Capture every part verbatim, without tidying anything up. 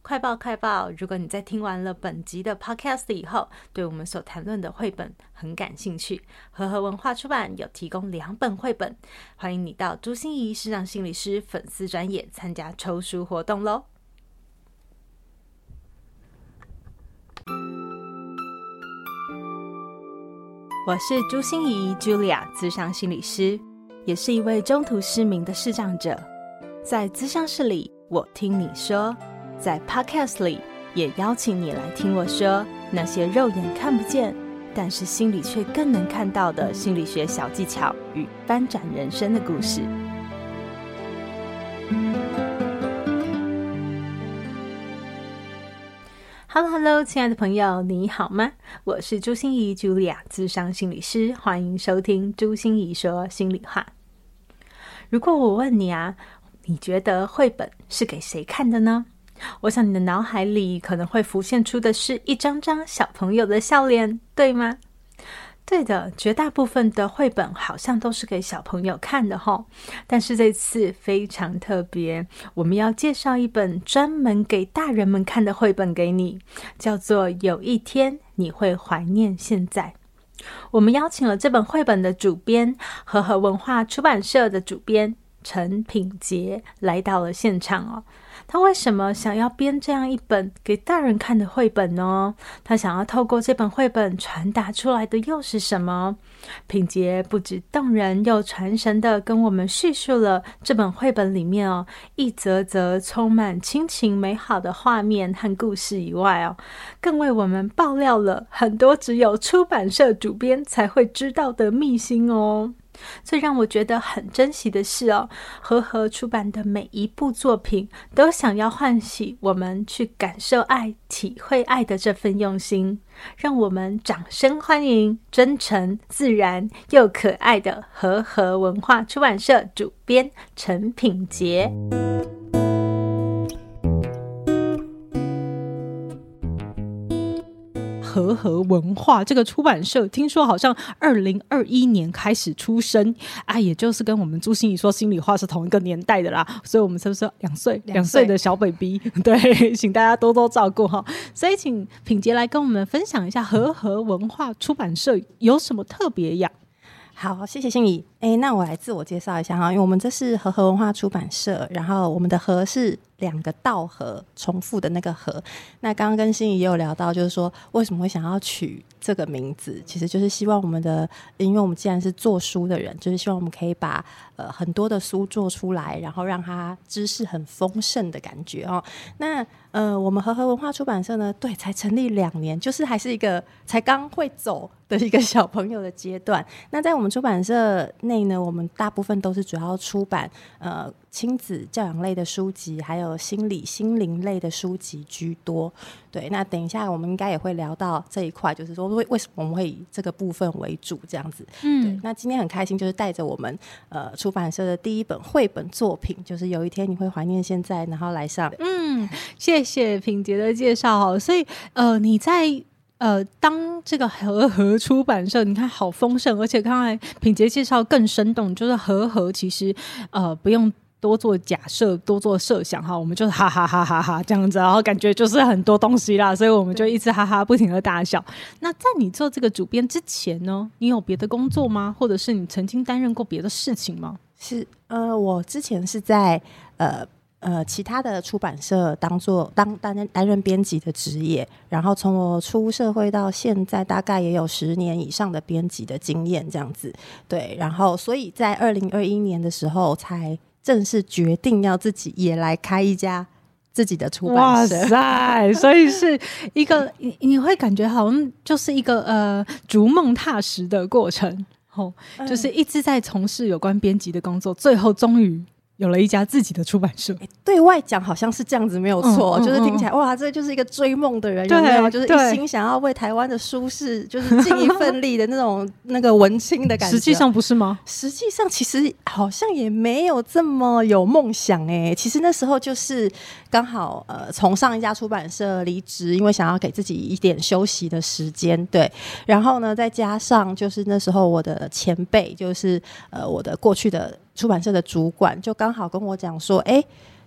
快报快报，如果你在听完了本集的 podcast 以后，对我们所谈论的绘本很感兴趣，和和文化出版有提供两本绘本，欢迎你到朱心怡视障心理师粉丝专页参加抽书活动咯。我是朱心怡 Julia 諮商心理师，也是一位中途失明的视障者。在諮商室里，我听你说，在 Podcast 里也邀请你来听我说那些肉眼看不见但是心里却更能看到的心理学小技巧与翻转人生的故事。Hello Hello， 亲爱的朋友，你好吗？我是朱心怡 Julia 諮商心理师，欢迎收听朱心怡说心里话。如果我问你啊，你觉得绘本是给谁看的呢？我想你的脑海里可能会浮现出的是一张张小朋友的笑脸，对吗？对的，绝大部分的绘本好像都是给小朋友看的齁。但是这次非常特别，我们要介绍一本专门给大人们看的绘本给你，叫做《有一天你会怀念现在》。我们邀请了这本绘本的主编，和和文化出版社的主编陈品杰来到了现场哦。他为什么想要编这样一本给大人看的绘本呢？他想要透过这本绘本传达出来的又是什么？品杰不止动人又传神的跟我们叙述了这本绘本里面哦一则则充满亲情美好的画面和故事以外哦，更为我们爆料了很多只有出版社主编才会知道的秘辛哦。最让我觉得很珍惜的是哦，和和出版的每一部作品都想要唤起我们去感受爱、体会爱的这份用心，让我们掌声欢迎真诚、自然又可爱的和和文化出版社主编陈品杰。和和文化这个出版社听说好像二零二一年开始出生啊，也就是跟我们朱心怡说心里话是同一个年代的啦，所以我们是不是两岁两岁的小 baby？ 对，请大家多多照顾哈。所以请品杰来跟我们分享一下和和文化出版社有什么特别呀？ 好，谢谢心怡。诶，那我来自我介绍一下哈，因为我们这是和和文化出版社，然后我们的和是两个道和，重复的那个和。那刚刚跟心怡也有聊到，就是说为什么会想要取这个名字，其实就是希望我们的，因为我们既然是做书的人，就是希望我们可以把呃很多的书做出来，然后让它知识很丰盛的感觉哦。那呃，我们和和文化出版社呢，对，才成立两年，就是还是一个才刚会走的一个小朋友的阶段。那在我们出版社内呢，我们大部分都是主要出版呃亲子教养类的书籍，还有心理心灵类的书籍居多。对，那等一下我们应该也会聊到这一块，就是说为为什么我们会以这个部分为主这样子。嗯，对。那今天很开心，就是带着我们呃出版社的第一本绘本作品，就是有一天你会怀念现在，然后来上。 嗯，谢谢品杰的介绍。所以呃你在呃，当这个和和出版社，你看好丰盛，而且刚才品杰介绍更生动，就是和和其实呃不用多做假设，多做设想哈，我们就是哈哈哈哈哈这样子，然后感觉就是很多东西啦，所以我们就一直哈哈不停的大笑。那在你做这个主编之前呢，你有别的工作吗？或者是你曾经担任过别的事情吗？ 是呃，我之前是在呃。呃，其他的出版社当做当担任担任编辑的职业，然后从我出社会到现在，大概也有十年以上的编辑的经验，这样子。对，然后所以在二零二一年的时候，才正式决定要自己也来开一家自己的出版社。 哇塞，所以是一个你你会感觉好像就是一个呃逐梦踏实的过程，哦，就是一直在从事有关编辑的工作，最后终于有了一家自己的出版社。 欸、对外讲好像是这样子没有错、嗯嗯、就是听起来哇，这就是一个追梦的人，有没有？就是一心想要为台湾的书市就是尽一份力的那种那个文青的感觉。 实际上不是吗？ 实际上其实好像也没有这么有梦想哎、欸。其实那时候就是刚好呃从上一家出版社离职，因为想要给自己一点休息的时间，对。然后呢，再加上就是那时候我的前辈，就是呃我的过去的出版社的主管，就刚好跟我讲说，哎、欸。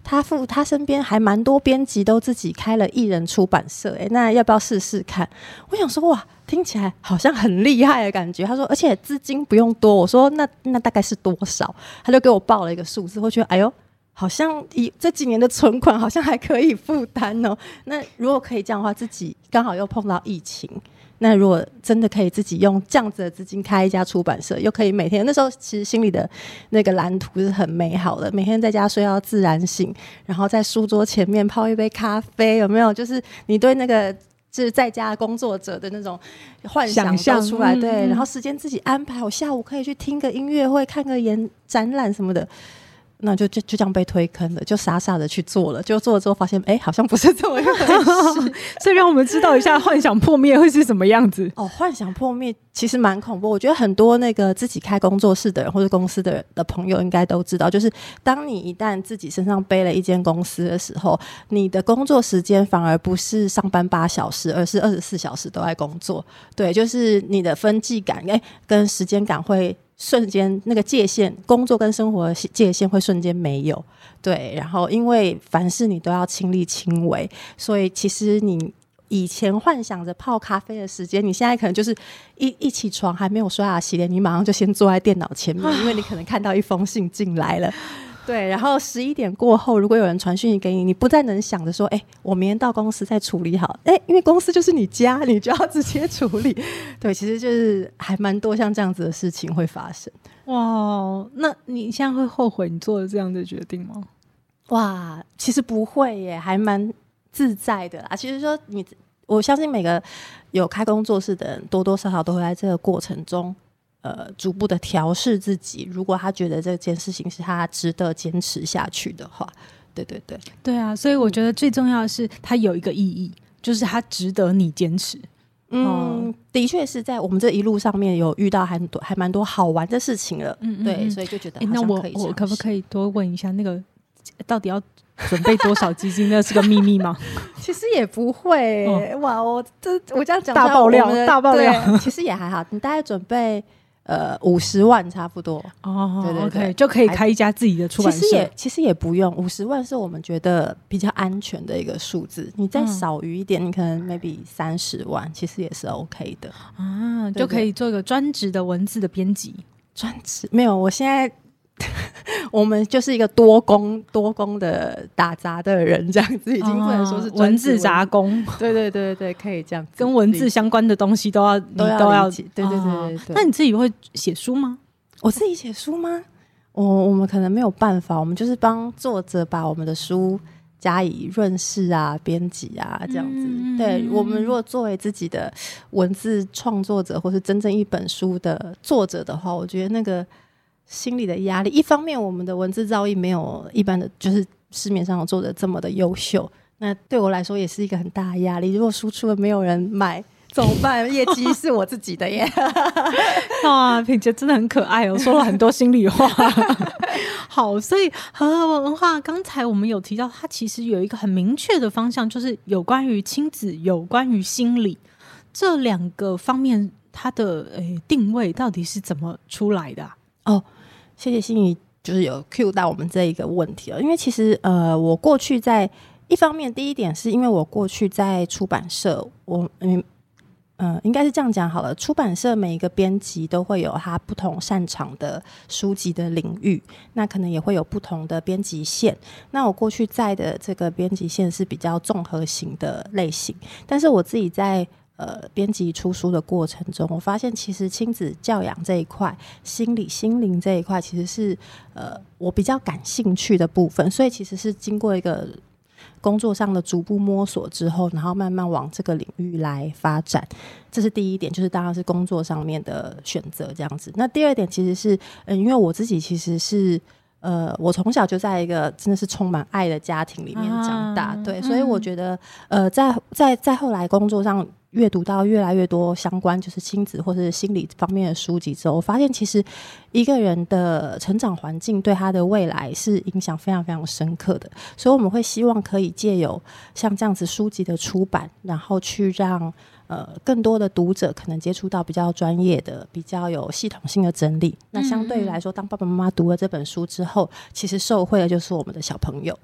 他父他身边还蛮多编辑都自己开了艺人出版社，哎，那要不要试试看？我想说哇，听起来好像很厉害的感觉。他说而且资金不用多，我说那那大概是多少？他就给我报了一个数字，我觉得哎呦，好像以这几年的存款好像还可以负担哦。那如果可以这样的话，自己刚好又碰到疫情，那如果真的可以自己用这样子的资金开一家出版社，又可以每天，那时候其实心里的那个蓝图是很美好的，每天在家睡到自然醒，然后在书桌前面泡一杯咖啡，有没有？就是你对那个就是在家工作者的那种幻想都出来，对，然后时间自己安排，我下午可以去听个音乐会，看个演展览什么的。那就就就这样被推坑了，就傻傻的去做了，就做了之后发现，哎、欸，好像不是这么一回事。 所以让我们知道一下幻想破灭会是什么样子。 哦，幻想破灭其实蛮恐怖。我觉得很多那个自己开工作室的人或者公司的人的朋友应该都知道，就是当你一旦自己身上背了一间公司的时候，你的工作时间反而不是上班八小时，而是二十四小时都在工作。对，就是你的分际感，哎、欸，跟时间感会。瞬间那个界限，工作跟生活的界限会瞬间没有，对，然后因为凡事你都要亲力亲为，所以其实你以前幻想着泡咖啡的时间，你现在可能就是一一起床还没有刷牙洗脸，你马上就先坐在电脑前面，因为你可能看到一封信进来了。对，然后十一点过后，如果有人传讯息给你，你不再能想着说，哎、欸，我明天到公司再处理好，哎、欸，因为公司就是你家，你就要直接处理。对，其实就是还蛮多像这样子的事情会发生。 哇，那你现在会后悔你做了这样的决定吗？ 哇，其实不会耶，还蛮自在的啦。其实说你，我相信每个有开工作室的人，多多少少都会在这个过程中。呃，逐步的调试自己，如果他觉得这件事情是他值得坚持下去的话，对对对， 对啊，所以我觉得最重要的是它有一个意义，就是它值得你坚持。 嗯，哦、的确是在我们这一路上面有遇到还多还蛮多好玩的事情了，嗯嗯嗯对，所以就觉得好像可以、欸、 那我我可不可以多问一下，那个到底要准备多少基金？那是个秘密吗？ 其实也不会、欸哦，哇，我这我这样讲大爆料，大爆料， 其实也还好，你大概准备。呃，五十万差不多哦， 对对对， okay, 就可以开一家自己的出版社。 其实也其实也不用，五十万是我们觉得比较安全的一个数字。你再少于一点，嗯、你可能 maybe 三十万，其实也是 OK 的啊，就可以做一个专职的文字的编辑。 专职没有，我现在。我们就是一个多工多工的打杂的人，这样子已经不能说是文字杂工。 对对对对，可以这样子， 跟文字相关的东西都要你都要。 对对对 对, 对, 对。 那你自己会写书吗？ 我自己写书吗？我我们可能没有办法，我们就是帮作者把我们的书加以润饰啊、编辑啊这样子。嗯、对，我们如果作为自己的文字创作者，或是真正一本书的作者的话，我觉得那个。心理的压力，一方面我们的文字造诣没有一般的就是市面上有作者这么的优秀，那对我来说也是一个很大的压力。如果输出了没有人买怎么办？业绩是我自己的耶。 哇，品杰真的很可爱哦，说了很多心里话。好，所以和和文化刚才我们有提到，它其实有一个很明确的方向，就是有关于亲子，有关于心理这两个方面，它的、欸、定位到底是怎么出来的、啊？ 哦，谢谢心怡，就是有 cue 到我们这一个问题了。因为其实呃，我过去在一方面，第一点是因为我过去在出版社，我嗯呃，应该是这样讲好了。出版社每一个编辑都会有他不同擅长的书籍的领域，那可能也会有不同的编辑线。那我过去在的这个编辑线是比较综合型的类型，但是我自己在呃，编辑出书的过程中，我发现其实亲子教养这一块、心理、心灵这一块，其实是呃我比较感兴趣的部分。所以其实是经过一个工作上的逐步摸索之后，然后慢慢往这个领域来发展。这是第一点，就是当然是工作上面的选择这样子。那第二点其实是，嗯，因为我自己其实是。呃，我从小就在一个真的是充满爱的家庭里面长大，啊、对，所以我觉得，呃，在在在后来工作上阅读到越来越多相关就是亲子或是心理方面的书籍之后，我发现其实一个人的成长环境对他的未来是影响非常非常深刻的，所以我们会希望可以借由像这样子书籍的出版，然后去让。呃，更多的读者可能接触到比较专业的、比较有系统性的整理。那相对于来说，当爸爸妈妈读了这本书之后，其实受惠的就是我们的小朋友。嗯。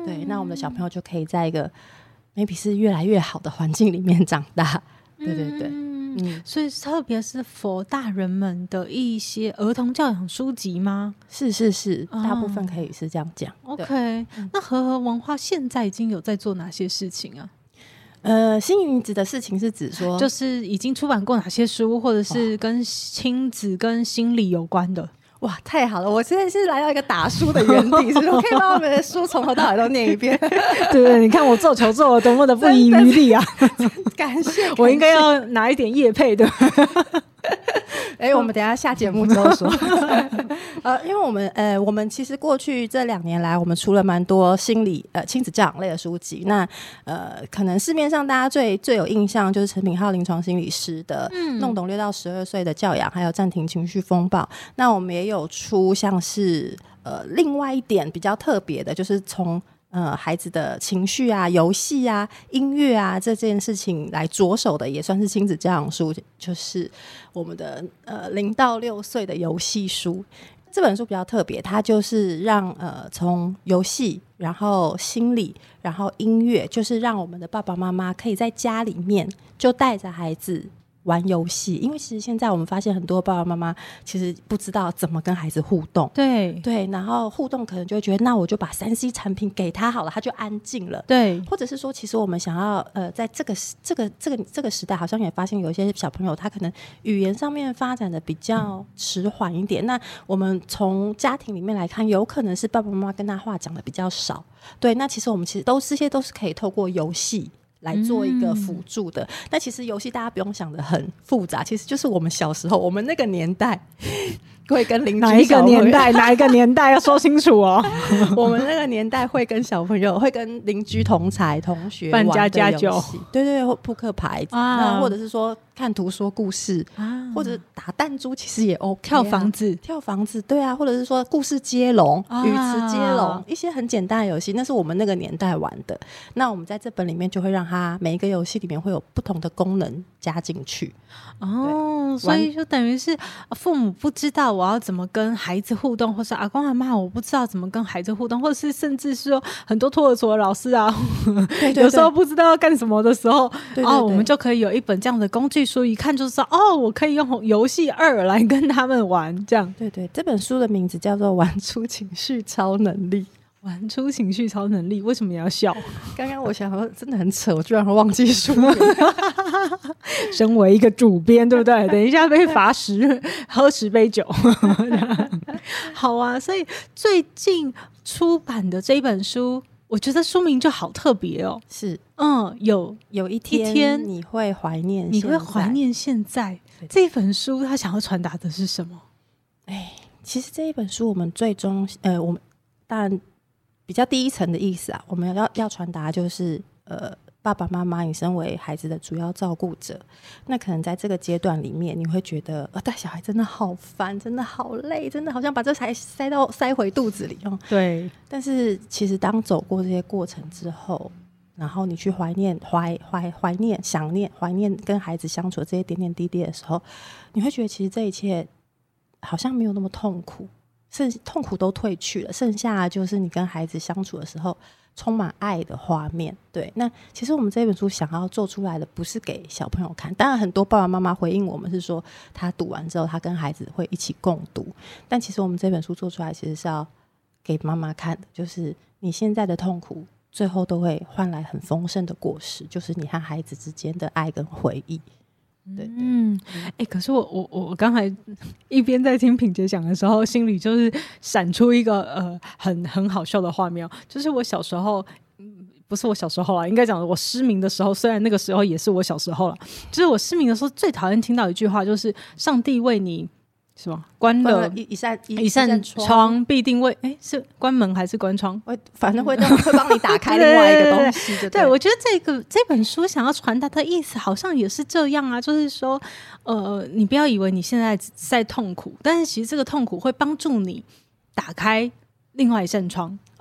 对，那我们的小朋友就可以在一个 maybe 是越来越好的环境里面长大。对对对， 嗯嗯，所以特别是佛大人们的一些儿童教养书籍吗？ 是是是，哦、大部分可以是这样讲。 OK，、嗯、那和和文化现在已经有在做哪些事情啊？ 呃，星云子的事情是指说， 就是已经出版过哪些书，或者是跟亲子跟心理有关的。 哇，太好了！我现在是来到一个打书的原地，是不是？我可以把我们的书从头到尾都念一遍。 对对，你看我做球做的多么的不遗余力啊！ 感谢， 我应该要拿一点业配的。 哎、欸，我们等一下下节目之后说。呃，因为我们呃，我们其实过去这两年来，我们出了蛮多心理呃亲子教养类的书籍。那呃，可能市面上大家最最有印象就是陈品浩临床心理师的《弄懂六到十二岁的教养》，还有《暂停情绪风暴》。那我们也有出像是呃另外一点比较特别的，就是从呃，孩子的情绪啊、游戏啊、音乐啊这件事情来着手的，也算是亲子教养书，就是我们的呃零到六岁的游戏书。这本书比较特别，它就是让呃从游戏，然后心理，然后音乐，就是让我们的爸爸妈妈可以在家里面就带着孩子玩游戏。因为其实现在我们发现很多爸爸妈妈其实不知道怎么跟孩子互动， 对对，然后互动可能就会觉得那我就把 三 C 产品给他好了，他就安静了， 对， 或者是说其实我们想要呃在这个这个这个这个时代好像也发现有一些小朋友他可能语言上面发展的比较迟缓一点、嗯、那我们从家庭里面来看，有可能是爸爸妈妈跟他话讲的比较少，对，那其实我们其实都这些都是可以透过游戏来做一个辅助的、嗯、那其实游戏大家不用想得很复杂，其实就是我们小时候我们那个年代会跟邻居哪一个年代哪一个年代要说清楚哦我们那个年代会跟小朋友会跟邻居同才同学玩的游戏， 扮家家酒， 对对对，扑克牌、啊、那或者是说看图说故事、啊、或者打弹珠其实也 OK、啊、 跳房子跳房子，对啊，或者是说故事接龙、啊、语词接龙，一些很简单的游戏，那是我们那个年代玩的。那我们在这本里面就会让它每一个游戏里面会有不同的功能加进去哦，所以就等于是父母不知道我要怎么跟孩子互动，或是阿公阿嬷我不知道怎么跟孩子互动，或者是甚至是说很多托儿所的老师啊对对对有时候不知道要干什么的时候，对对对哦，我们就可以有一本这样的工具书，一看就知道哦，我可以用游戏二来跟他们玩，这样。 对对，这本书的名字叫做《玩出情绪超能力》。 玩出情绪超能力，为什么你要笑？ 刚刚我想说真的很扯，我居然会忘记书名身为一个主编对不对？等一下被罚十喝十杯酒好啊，所以最近出版的这一本书我觉得书名就好特别哦。 是， 嗯，有有一天, 一天你会怀念你会怀念现在。这本书它想要传达的是什么？ 哎，其实这一本书我们最终呃，我们当然比较第一层的意思啊，我们要要传达就是呃，爸爸妈妈你身为孩子的主要照顾者，那可能在这个阶段里面你会觉得呃，带小孩真的好烦，真的好累，真的好像把这才塞到塞回肚子里哦。 对， 但是其实当走过这些过程之后，然后你去怀念怀怀怀念想念怀念跟孩子相处的这些点点滴滴的时候，你会觉得其实这一切好像没有那么痛苦，甚至痛苦都退去了，剩下就是你跟孩子相处的时候充满爱的画面。对，那其实我们这本书想要做出来的不是给小朋友看，当然很多爸爸妈妈回应我们是说他读完之后他跟孩子会一起共读，但其实我们这本书做出来其实是要给妈妈看的，就是你现在的痛苦最后都会换来很丰盛的果实，就是你和孩子之间的爱跟回忆。对，嗯， 哎、欸，可是我我我刚才一边在听品杰讲的时候，心里就是闪出一个呃很很好笑的画面，就是我小时候，不是我小时候啦，应该讲我失明的时候，虽然那个时候也是我小时候啦，就是我失明的时候最讨厌听到一句话，就是上帝为你是吗？关了一一扇一扇窗，必定为哎是关门还是关窗？ 反正会会帮你打开另外一个东西。对, 对, 对, 对，我觉得这个这本书想要传达的意思好像也是这样啊，就是说，呃，你不要以为你现在在痛苦，但是其实这个痛苦会帮助你打开另外一扇窗。 哦，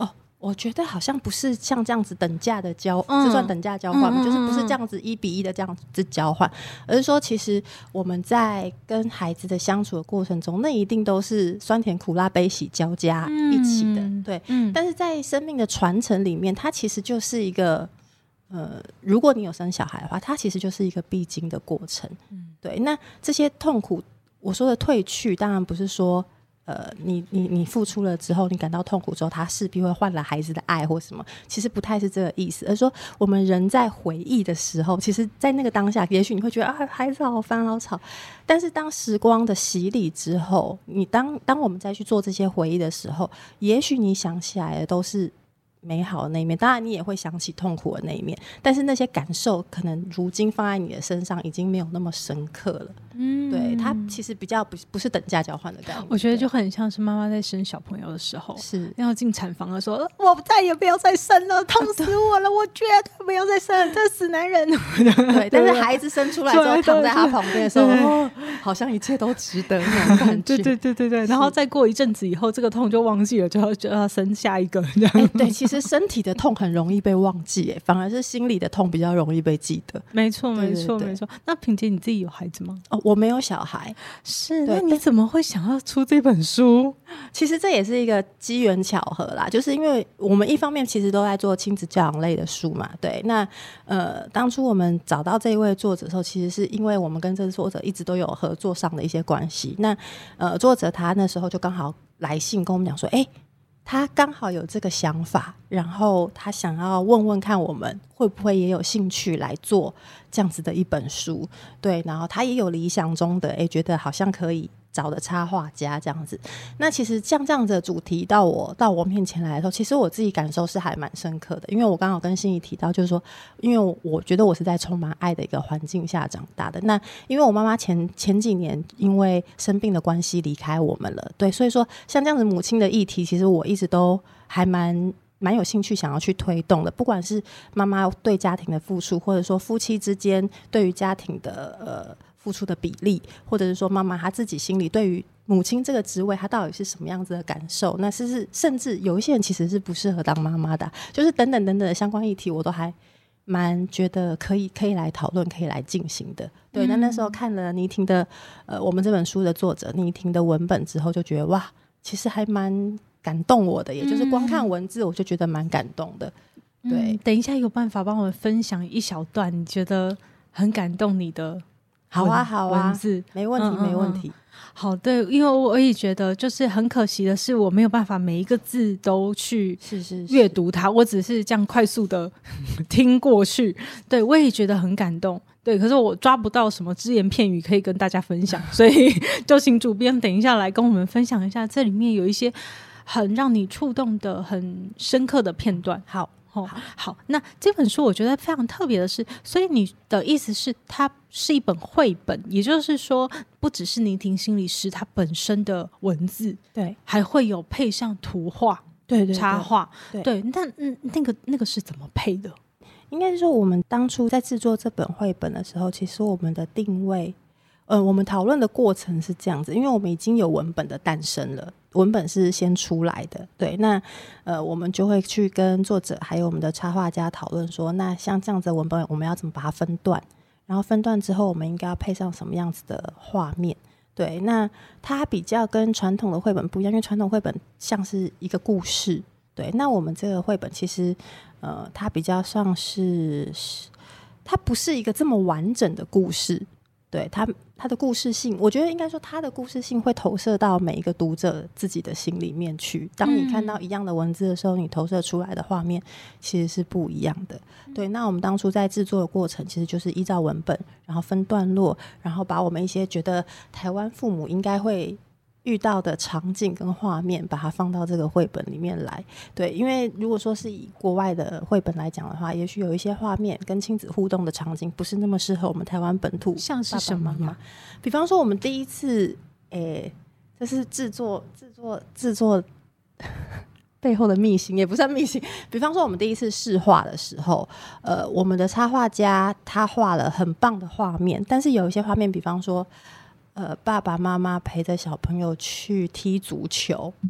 我觉得好像不是像这样子等价的交， 嗯这算等价交换吗？ 嗯嗯嗯就是不是这样子一比一的这样子交换，而是说其实我们在跟孩子的相处的过程中，那一定都是酸甜苦辣悲喜交加一起的， 嗯对。 嗯但是在生命的传承里面，它其实就是一个呃，如果你有生小孩的话，它其实就是一个必经的过程，嗯，对。那这些痛苦，我说的褪去，当然不是说。呃，你你你付出了之后，你感到痛苦之后，他势必会换来孩子的爱或什么，其实不太是这个意思。而是说，我们人在回忆的时候，其实，在那个当下，也许你会觉得啊，孩子好烦好吵，但是当时光的洗礼之后，你当当我们再去做这些回忆的时候，也许你想起来的都是美好的那一面，当然你也会想起痛苦的那一面，但是那些感受可能如今放在你的身上已经没有那么深刻了。嗯，对，它其实比较不不是等价交换的概念。 我觉得就很像是妈妈在生小朋友的时候， 是要进产房的时候，我再也不要再生了，痛死我了，我绝对不要再生了，这死男人。 对，但是孩子生出来之后，躺在他旁边的时候，哦，好像一切都值得那种感觉。 对对对对对，然后再过一阵子以后，这个痛就忘记了，就要就要生下一个这样。 欸、对，其实身体的痛很容易被忘记，反而是心里的痛比较容易被记得。 没错没错对对对没错。那品姐你自己有孩子吗？ 哦，我没有小孩。 是， 对那你怎么会想要出这本书？ 其实这也是一个机缘巧合啦，就是因为我们一方面其实都在做亲子教养类的书嘛，对。那呃，当初我们找到这一位作者的时候，其实是因为我们跟这个作者一直都有合作上的一些关系。那呃，作者他那时候就刚好来信跟我们讲说，哎、欸。他刚好有这个想法，然后他想要问问看我们会不会也有兴趣来做这样子的一本书，对，然后他也有理想中的，哎，觉得好像可以找的插画家这样子。那其实像这样子的主题到我到我面前来的时候，其实我自己感受是还蛮深刻的，因为我刚好跟心怡提到，就是说，因为我觉得我是在充满爱的一个环境下长大的。那因为我妈妈前前几年因为生病的关系离开我们了，对，所以说像这样子母亲的议题，其实我一直都还蛮。蛮有兴趣想要去推动的，不管是妈妈对家庭的付出，或者说夫妻之间对于家庭的呃付出的比例，或者是说妈妈她自己心里对于母亲这个职位她到底是什么样子的感受，那是是甚至有一些人其实是不适合当妈妈的，就是等等等等的相关议题，我都还蛮觉得可以可以来讨论，可以来进行的。对，那、嗯、那时候看了倪婷的呃我们这本书的作者倪婷的文本之后，就觉得哇，其实还蛮感动我的，也就是光看文字我就觉得蛮感动的。对、 嗯，等一下有办法帮我们分享一小段你觉得很感动你的？ 好啊好啊， 文字没问题、嗯嗯嗯、没问题。 好，对，因为我也觉得就是很可惜的是我没有办法每一个字都去阅读它，是是是，我只是这样快速的听过去。对，我也觉得很感动。对，可是我抓不到什么只言片语可以跟大家分享，所以就请主编等一下来跟我们分享一下，这里面有一些很让你触动的很深刻的片段。 好哦，好, 好，那这本书我觉得非常特别的是，所以你的意思是它是一本绘本，也就是说不只是倪婷心理师它本身的文字， 对， 还会有配上图画， 对对对， 插画， 对， 对，但嗯，那个那个是怎么配的？ 应该是说我们当初在制作这本绘本的时候，其实我们的定位呃，我们讨论的过程是这样子，因为我们已经有文本的诞生了，文本是先出来的，对，那呃，我们就会去跟作者还有我们的插画家讨论说，那像这样子的文本我们要怎么把它分段，然后分段之后我们应该要配上什么样子的画面，对，那它比较跟传统的绘本不一样，因为传统绘本像是一个故事，对，那我们这个绘本其实呃，它比较像是它不是一个这么完整的故事，对，它它的故事性，我觉得应该说它的故事性会投射到每一个读者自己的心里面去，当你看到一样的文字的时候，你投射出来的画面其实是不一样的，对，那我们当初在制作的过程其实就是依照文本，然后分段落，然后把我们一些觉得台湾父母应该会遇到的场景跟画面把它放到这个绘本里面来，对，因为如果说是以国外的绘本来讲的话，也许有一些画面跟亲子互动的场景不是那么适合我们台湾本土， 像是什么吗？ 比方说我们第一次诶，这是制作制作制作背后的秘辛，也不算秘辛，比方说我们第一次试画的时候，呃，我们的插画家他画了很棒的画面，但是有一些画面比方说呃，爸爸妈妈陪着小朋友去踢足球，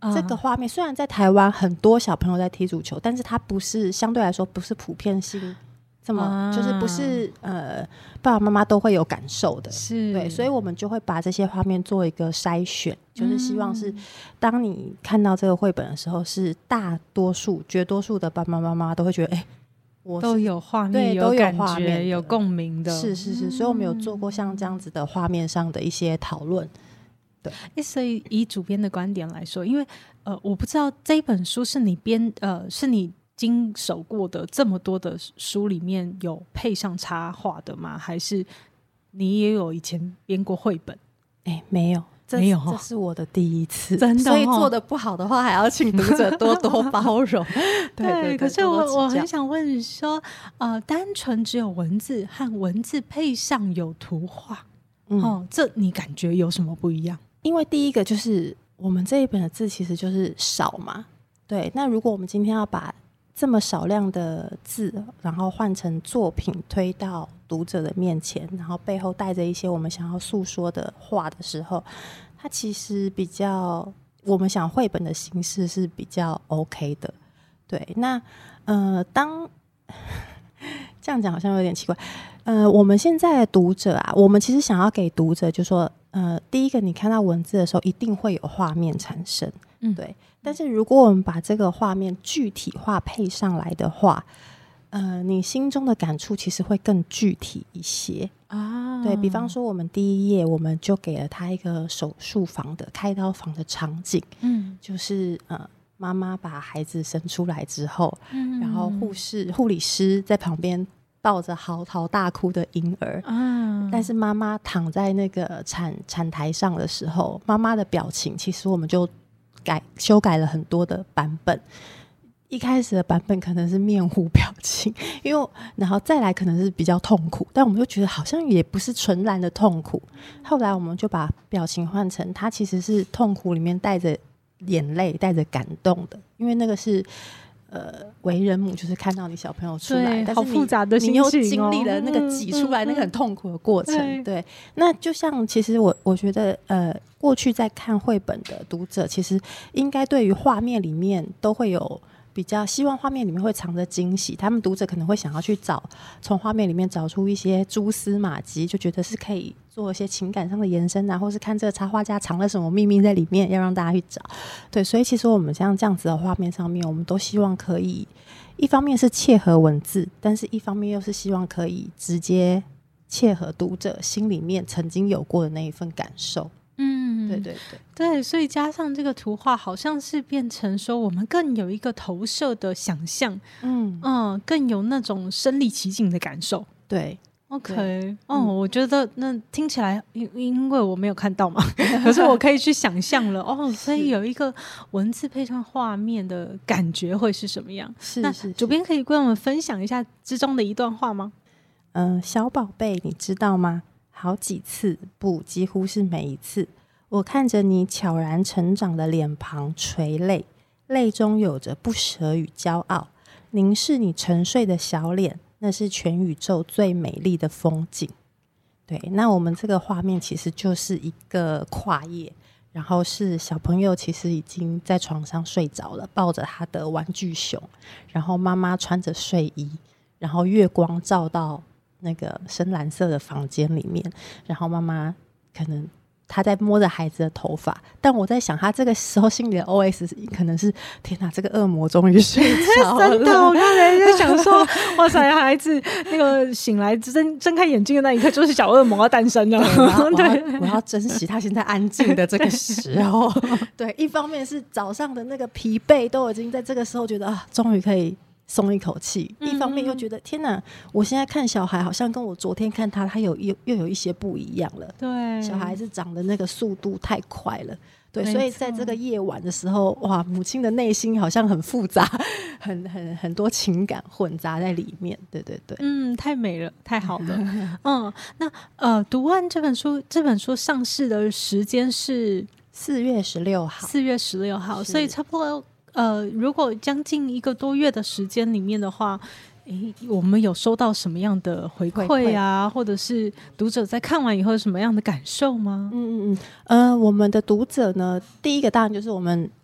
这个画面虽然在台湾很多小朋友在踢足球，但是它不是相对来说不是普遍性这么、啊、就是不是呃爸爸妈妈都会有感受的， 是对，所以我们就会把这些画面做一个筛选，就是希望是当你看到这个绘本的时候，是大多数绝多数的爸爸妈妈都会觉得哎、欸我都有画面，有感觉，有共鸣的， 是是是、嗯、所以我们有做过像这样子的画面上的一些讨论。对、 欸，所以以主编的观点来说，因为呃，我不知道这一本书是你编呃，是你经手过的这么多的书里面有配上插画的吗？还是你也有以前编过绘本？ 哎、欸，没有。 没有， 这是我的第一次， 真的、哦， 所以做的不好的话，还要请读者多多包容。对, 对, 对， 可是我我很想问你说，呃，单纯只有文字和文字配上有图画，嗯、哦，这你感觉有什么不一样？ 因为第一个就是我们这一本的字其实就是少嘛，对。那如果我们今天要把这么少量的字，然后换成作品推到读者的面前，然后背后带着一些我们想要诉说的话的时候，它其实比较我们想绘本的形式是比较 OK 的。对，那呃，当这样讲好像有点奇怪。呃，我们现在的读者啊，我们其实想要给读者就是说，呃，第一个你看到文字的时候，一定会有画面产生，嗯，对。但是如果我们把这个画面具体化配上来的话，呃，你心中的感触其实会更具体一些啊。对，比方说，我们第一页我们就给了他一个手术房的开刀房的场景，嗯，就是呃，妈妈把孩子生出来之后，嗯，然后护士、护理师在旁边抱着嚎啕大哭的婴儿，啊，但是妈妈躺在那个产产台上的时候，妈妈的表情其实我们就改修改了很多的版本。一开始的版本可能是面无表情，因为然后再来可能是比较痛苦，但我们就觉得好像也不是纯然的痛苦。后来我们就把表情换成它其实是痛苦里面带着眼泪、带着感动的，因为那个是呃为人母，就是看到你小朋友出来，但是好复杂的心情、哦、 你又经历了那个挤出来那个很痛苦的过程。嗯嗯、对, 对，那就像其实我我觉得呃，过去在看绘本的读者，其实应该对于画面里面都会有。比较希望画面里面会藏着惊喜，他们读者可能会想要去找从画面里面找出一些蛛丝马迹，就觉得是可以做一些情感上的延伸啊，或是看这个插画家藏了什么秘密在里面，要让大家去找。对，所以其实我们像这样子的画面上面，我们都希望可以一方面是切合文字，但是一方面又是希望可以直接切合读者心里面曾经有过的那一份感受。嗯，对对对对，所以加上这个图画，好像是变成说我们更有一个投射的想象，嗯嗯，更有那种身临其境的感受。 对 ，OK， 哦、嗯，我觉得那听起来，因因为我没有看到嘛，可是我可以去想象了。哦，所以有一个文字配上画面的感觉会是什么样？ 是那主编可以跟我们分享一下之中的一段话吗？ 嗯、呃，小宝贝，你知道吗？好几次，不，几乎是每一次，我看着你悄然成长的脸庞垂泪，泪中有着不舍与骄傲，凝视你沉睡的小脸，那是全宇宙最美丽的风景。对，那我们这个画面其实就是一个跨页，然后是小朋友其实已经在床上睡着了，抱着他的玩具熊，然后妈妈穿着睡衣，然后月光照到那个深蓝色的房间里面，然后妈妈可能她在摸着孩子的头发，但我在想她这个时候心里的 O S 可能是天哪，这个恶魔终于睡着了。 真的，我刚才在想说哇塞，孩子那个醒来睁睁开眼睛的那一刻就是小恶魔要诞生了。 对，我 要, 我要珍惜他现在安静的这个时候。对，一方面是早上的那个疲惫都已经在这个时候觉得啊，终于可以松一口气，一方面又觉得、嗯、天哪，我现在看小孩好像跟我昨天看他他有又又有一些不一样了。 对， 小孩子长的那个速度太快了。对，所以在这个夜晚的时候，哇，母亲的内心好像很复杂，很很很多情感混杂在里面。对对对， 嗯，太美了，太好了。嗯，那呃，读完这本书，这本书上市的时间是四月十六号， 四月十六号，所以差不多。呃，如果将近一个多月的时间里面的话，诶，我们有收到什么样的回馈啊，或者是读者在看完以后有什么样的感受吗？ 嗯嗯嗯，呃，我们的读者呢，第一个当然就是我们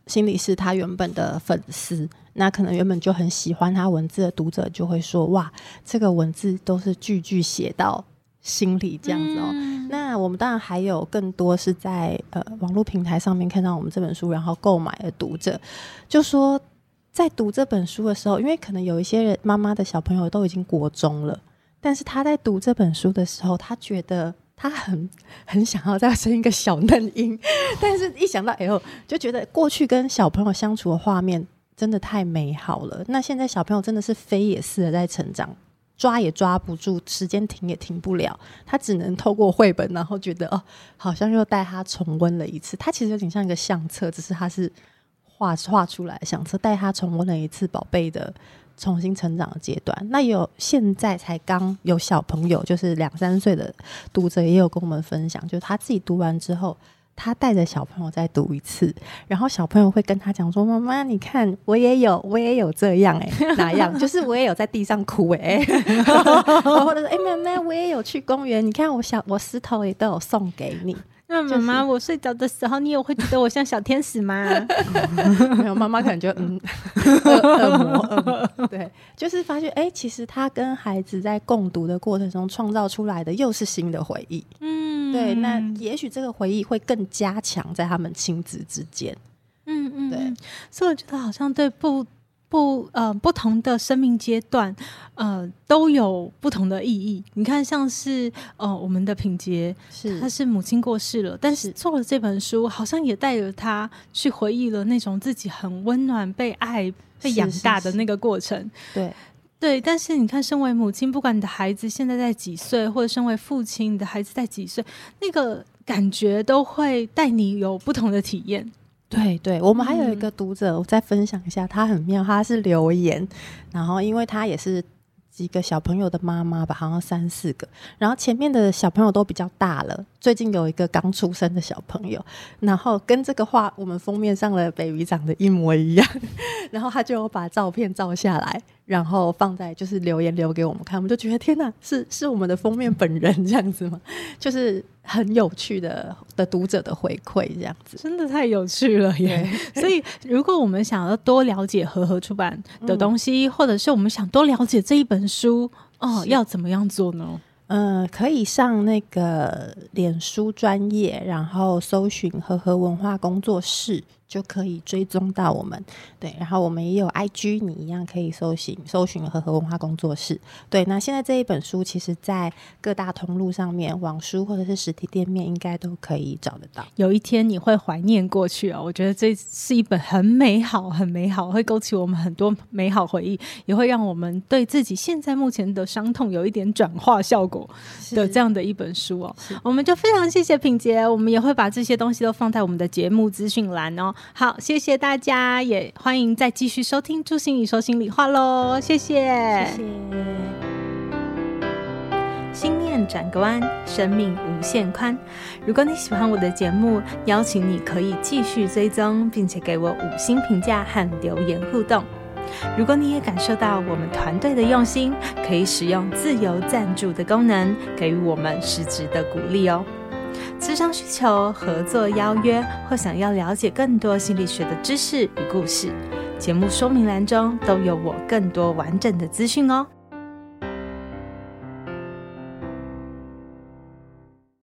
心理师他原本的粉丝，那可能原本就很喜欢他文字的读者就会说，哇，这个文字都是句句写到心里这样子哦、嗯。那我们当然还有更多是在呃网络平台上面看到我们这本书然后购买的读者，就说在读这本书的时候，因为可能有一些人妈妈的小朋友都已经国中了，但是他在读这本书的时候，他觉得他很很想要再生一个小嫩婴，但是一想到哎呦，就觉得过去跟小朋友相处的画面真的太美好了。那现在小朋友真的是飞也似的在成长，抓也抓不住，时间停也停不了，他只能透过绘本，然后觉得哦，好像又带他重温了一次。他其实有点像一个相册，只是他是画画出来的相册，带他重温了一次宝贝的重新成长的阶段。那有现在才刚有小朋友，就是两三岁的读者也有跟我们分享，就是他自己读完之后，他带着小朋友再读一次，然后小朋友会跟他讲说，妈妈你看我也有我也有这样哎、欸，哪样就是我也有在地上哭哎、欸，或者说哎妈妈我也有去公园，你看我小我石头也都有送给你。 那妈妈、就是、我睡着的时候你有会觉得我像小天使吗？ 没有，妈妈可能就嗯恶魔恶魔对，就是发现哎、欸，其实他跟孩子在共读的过程中创造出来的又是新的回忆。嗯，对，那也许这个回忆会更加强在他们亲子之间。 嗯嗯，对，所以我觉得好像对不不呃不同的生命阶段呃都有不同的意义。你看像是呃我们的品杰，是他是母亲过世了，但是做了这本书好像也带着他去回忆了那种自己很温暖被爱被养大的那个过程。是是是，对对，但是你看身为母亲，不管你的孩子现在在几岁，或者身为父亲你的孩子在几岁，那个感觉都会带你有不同的体验。 对对，我们还有一个读者，我再分享一下，他很妙，他是留言，然后因为他也是几个小朋友的妈妈吧，好像三四个，然后前面的小朋友都比较大了，最近有一个刚出生的小朋友，然后跟这个画我们封面上的 baby 长得一模一样，然后他就有把照片照下来，然后放在就是留言留给我们看，我们就觉得天哪，是是我们的封面本人这样子吗？就是很有趣的的读者的回馈这样子， 真的太有趣了耶！所以如果我们想要多了解和合出版的东西、嗯、或者是我们想多了解这一本书哦，要怎么样做呢？ 呃，可以上那个脸书专页，然后搜寻和合文化工作室，就可以追踪到我们。对，然后我们也有 I G， 你一样可以搜寻搜寻和合文化工作室。对，那现在这一本书其实在各大通路上面，网书或者是实体店面应该都可以找得到。 有一天你会怀念过去哦，我觉得这是一本很美好很美好，会勾起我们很多美好回忆，也会让我们对自己现在目前的伤痛有一点转化效果的这样的一本书哦。我们就非常谢谢品杰，我们也会把这些东西都放在我们的节目资讯栏哦。好，谢谢大家，也欢迎再继续收听朱心怡说心里话咯，谢谢谢谢。心念转个弯，生命无限宽。如果你喜欢我的节目，邀请你可以继续追踪，并且给我五星评价和留言互动。如果你也感受到我们团队的用心，可以使用自由赞助的功能，给予我们实质的鼓励哦。咨商需求、合作邀约，或想要了解更多心理学的知识与故事，节目说明栏中都有我更多完整的资讯哦。